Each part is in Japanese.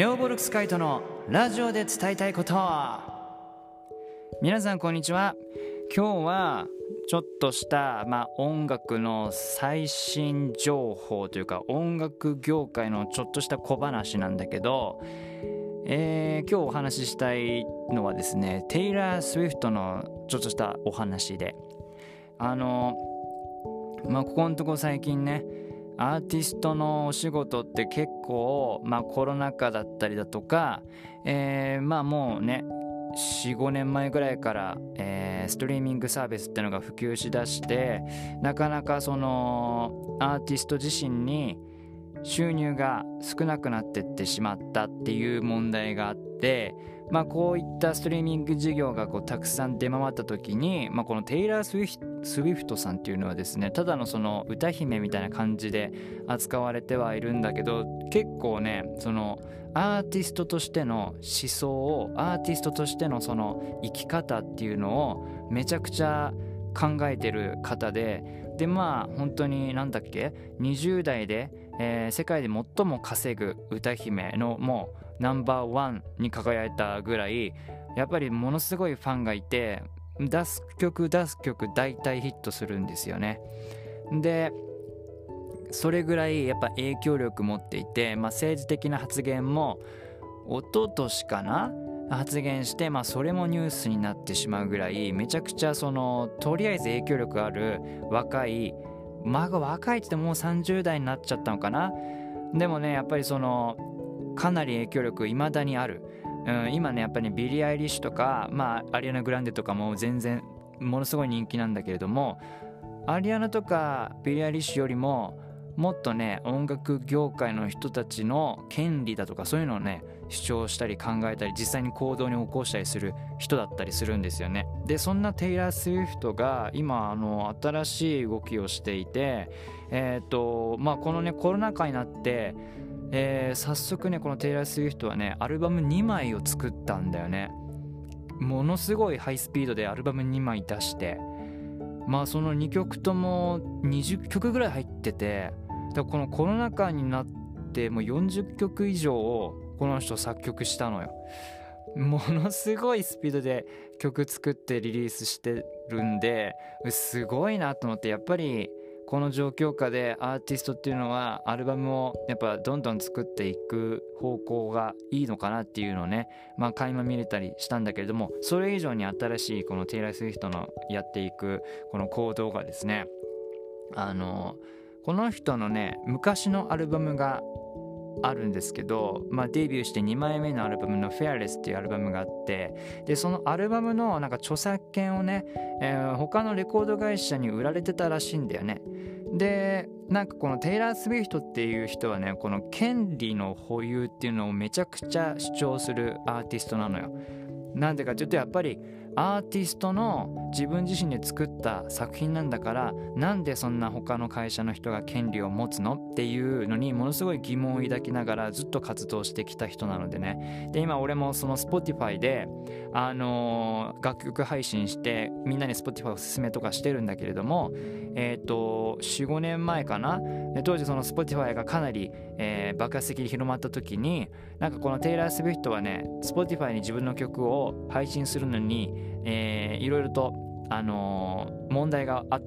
ネオボルクスカイトのラジオで伝えたいこと。皆さんこんにちは。今日はちょっとした、音楽の最新情報というか音楽業界のちょっとした小話なんだけど、今日お話ししたいのはですね、テイラー・スウィフトのちょっとしたお話で、ここのとこ最近ね、アーティストのお仕事って結構、コロナ禍だったりだとか、もうね 4,5 年前ぐらいから、ストリーミングサービスってのが普及しだして、なかなかそのアーティスト自身に収入が少なくなってってしまったっていう問題があって、こういったストリーミング事業がたくさん出回った時に、このテイラー・スウィフトさんっていうのはですね、ただのその歌姫みたいな感じで扱われてはいるんだけど、結構ねそのアーティストとしての思想を、アーティストとしてのその生き方っていうのをめちゃくちゃ考えてる方で、本当に20代で、世界で最も稼ぐ歌姫のもうナンバーワンに輝いたぐらい、やっぱりものすごいファンがいて、出す曲大体ヒットするんですよね。でそれぐらいやっぱ影響力持っていて、政治的な発言も一昨年かな発言して、それもニュースになってしまうぐらい、めちゃくちゃそのとりあえず影響力ある若いって言ってもう30代になっちゃったのかな。でもねやっぱりそのかなり影響力未だにある。今ねやっぱりビリー・アイリッシュとか、アリアナ・グランデとかも全然ものすごい人気なんだけれども、アリアナとかビリー・アイリッシュよりももっとね音楽業界の人たちの権利だとかそういうのをね主張したり考えたり実際に行動に起こしたりする人だったりするんですよね。でそんなテイラー・スウィフトが今新しい動きをしていて、このねコロナ禍になって早速ねこのテイラー・スウィフトはねアルバム2枚を作ったんだよね。ものすごいハイスピードでアルバム2枚出して、その2曲とも20曲ぐらい入ってて、だからこのコロナ禍になってもう40曲以上をこの人作曲したのよ。ものすごいスピードで曲作ってリリースしてるんで、すごいなと思って、やっぱりこの状況下でアーティストっていうのはアルバムをやっぱどんどん作っていく方向がいいのかなっていうのをね、垣間見れたりしたんだけれども、それ以上に新しいこのテイラー・スウィフトのやっていくこの行動がですね、この人のね昔のアルバムがあるんですけど、デビューして2枚目のアルバムの Fearless っていうアルバムがあって、でそのアルバムの著作権をね、他のレコード会社に売られてたらしいんだよね。でこのテイラー・スウィフトっていう人はねこの権利の保有っていうのをめちゃくちゃ主張するアーティストなのよ。なんでかというと、やっぱりアーティストの自分自身で作った作品なんだから、なんでそんな他の会社の人が権利を持つのっていうのにものすごい疑問を抱きながらずっと活動してきた人なのでね。で今俺もその Spotify で楽曲配信してみんなに Spotify おすすめとかしてるんだけれども、4,5 年前かな、当時その Spotify がかなり、爆発的に広まった時に、このテイラー・スウィフトはね Spotify に自分の曲を配信するのに、いろいろと、問題があって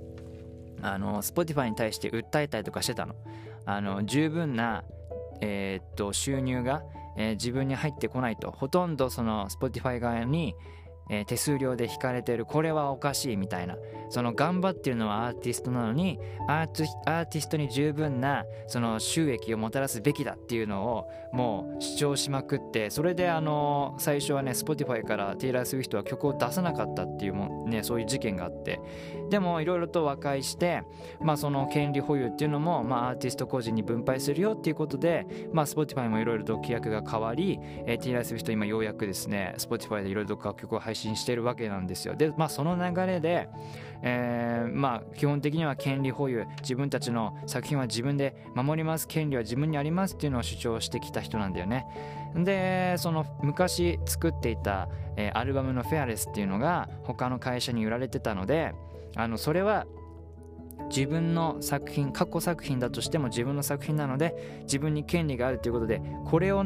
、Spotify に対して訴えたりとかしてたの。十分な、収入が、自分に入ってこないと、ほとんどその Spotify 側に手数料で引かれてる、これはおかしいみたいな、その頑張ってるのはアーティストなのにアーティストに十分なその収益をもたらすべきだっていうのをもう主張しまくって、それで最初はね Spotify からテイラー・スウィフトは曲を出さなかったっていうそういう事件があって、でもいろいろと和解して、その権利保有っていうのも、アーティスト個人に分配するよっていうことで、Spotify もいろいろと規約が変わり、テイラー・スウィフト今ようやくですね Spotify でいろいろと楽曲を配信しているわけなんですよ。でその流れで、基本的には権利保有、自分たちの作品は自分で守ります、権利は自分にありますっていうのを主張してきた人なんだよね。でその昔作っていた、アルバムの Fearless っていうのが他の会社に売られてたので、それは自分の作品、過去作品だとしても自分の作品なので自分に権利があるということで、これをね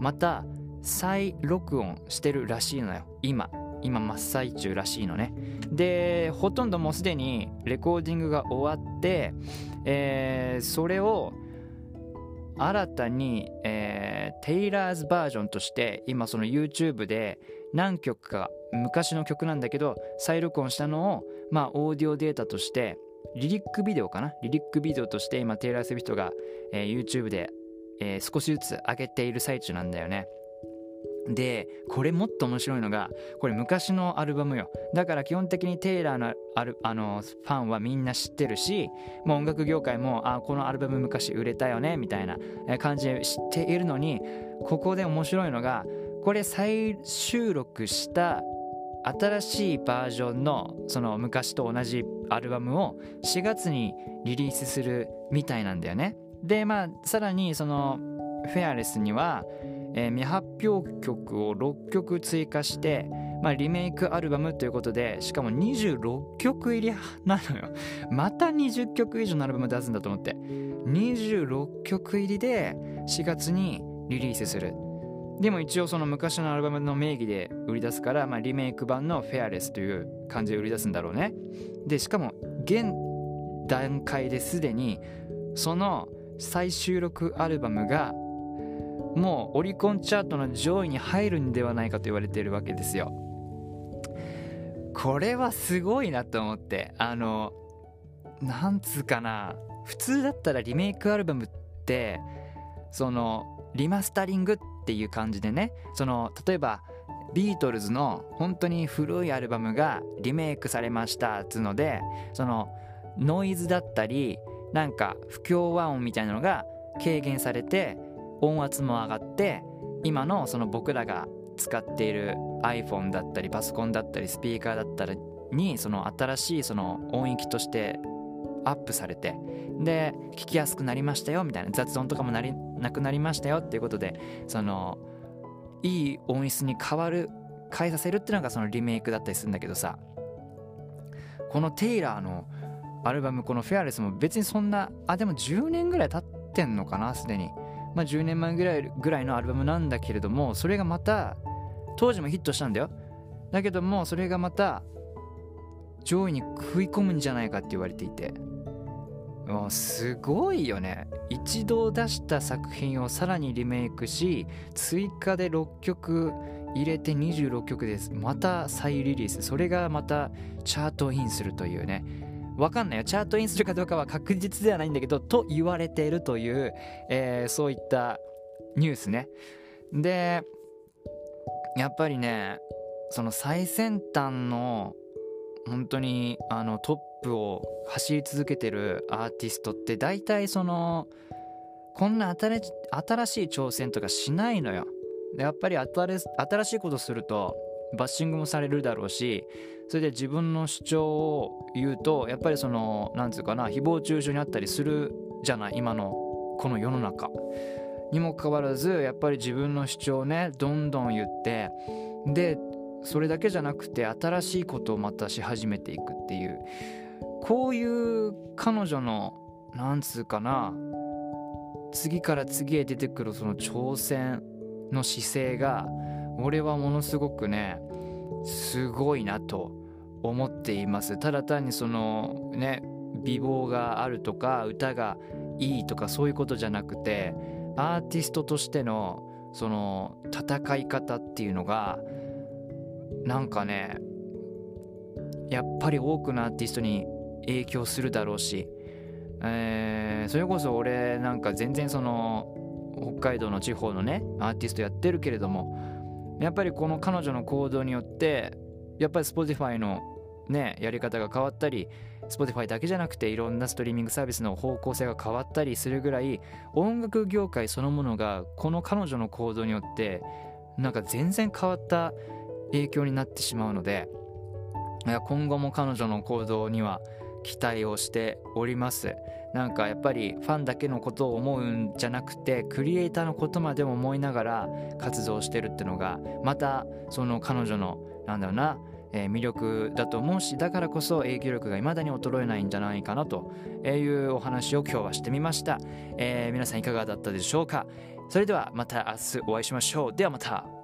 また再録音してるらしいのよ。今真っ最中らしいのね。でほとんどもうすでにレコーディングが終わって、それを新たに、テイラーズバージョンとして今その YouTube で何曲か昔の曲なんだけど再録音したのをオーディオデータとしてリリックビデオとして今テイラー・スウィフトが、YouTube で、少しずつ上げている最中なんだよね。でこれもっと面白いのがこれ昔のアルバムよ。だから基本的にテイラーのファンはみんな知ってるし、もう音楽業界もこのアルバム昔売れたよねみたいな感じで知っているのに、ここで面白いのがこれ再収録した新しいバージョンのその昔と同じアルバムを4月にリリースするみたいなんだよね。でさらにそのフェアレスには未発表曲を6曲追加して、リメイクアルバムということで、しかも26曲入りなのよ。また20曲以上のアルバム出すんだと思って、26曲入りで4月にリリースする。でも一応その昔のアルバムの名義で売り出すから、リメイク版のフェアレスという感じで売り出すんだろうね。でしかも現段階ですでにその再収録アルバムがもうオリコンチャートの上位に入るんではないかと言われているわけですよ。これはすごいなと思って、なんつうかな、普通だったらリメイクアルバムってそのリマスタリングっていう感じでね、その例えばビートルズの本当に古いアルバムがリメイクされましたっつうので、そのノイズだったりなんか不協和音みたいなのが軽減されて音圧も上がって、今のその僕らが使っている iPhone だったりパソコンだったりスピーカーだったりにその新しいその音域としてアップされて、で聞きやすくなりましたよみたいな、雑音とかもなくなりましたよっていうことで、そのいい音質に変えさせるっていうのがそのリメイクだったりするんだけどさ、このテイラーのアルバムこのフェアレスも別にそんなでも10年ぐらい経ってんのかなすでに。10年前ぐらいのアルバムなんだけれども、それがまた当時もヒットしたんだよ。だけどもそれがまた上位に食い込むんじゃないかって言われていて、すごいよね。一度出した作品をさらにリメイクし追加で6曲入れて26曲です。また再リリース、それがまたチャートインするというね。わかんないよ、チャートインするかどうかは確実ではないんだけどと言われているという、そういったニュースね。でやっぱりね、その最先端の本当にトップを走り続けてるアーティストって大体そのこんな新しい挑戦とかしないのよ。でやっぱり新しいことするとバッシングもされるだろうし、それで自分の主張を言うとやっぱりそのなんつうかな、誹謗中傷にあったりするじゃない、今のこの世の中にもかかわらず、やっぱり自分の主張をねどんどん言って、でそれだけじゃなくて新しいことをまたし始めていくっていう、こういう彼女のなんつうかな、次から次へ出てくるその挑戦の姿勢が俺はものすごくねすごいなと思っています。ただ単にそのね美貌があるとか歌がいいとかそういうことじゃなくて、アーティストとしてのその戦い方っていうのがなんかねやっぱり多くのアーティストに影響するだろうし、それこそ俺なんか全然その北海道の地方のねアーティストやってるけれども、やっぱりこの彼女の行動によってやっぱり Spotify のねやり方が変わったり、 Spotify だけじゃなくていろんなストリーミングサービスの方向性が変わったりするぐらい、音楽業界そのものがこの彼女の行動によってなんか全然変わった影響になってしまうので、今後も彼女の行動には期待をしております。なんかやっぱりファンだけのことを思うんじゃなくてクリエイターのことまでも思いながら活動してるってのがまたその彼女のなんだろうな、 魅力だと思うし、だからこそ影響力が未だに衰えないんじゃないかなというお話を今日はしてみました。皆さんいかがだったでしょうか。それではまた明日お会いしましょう。ではまた。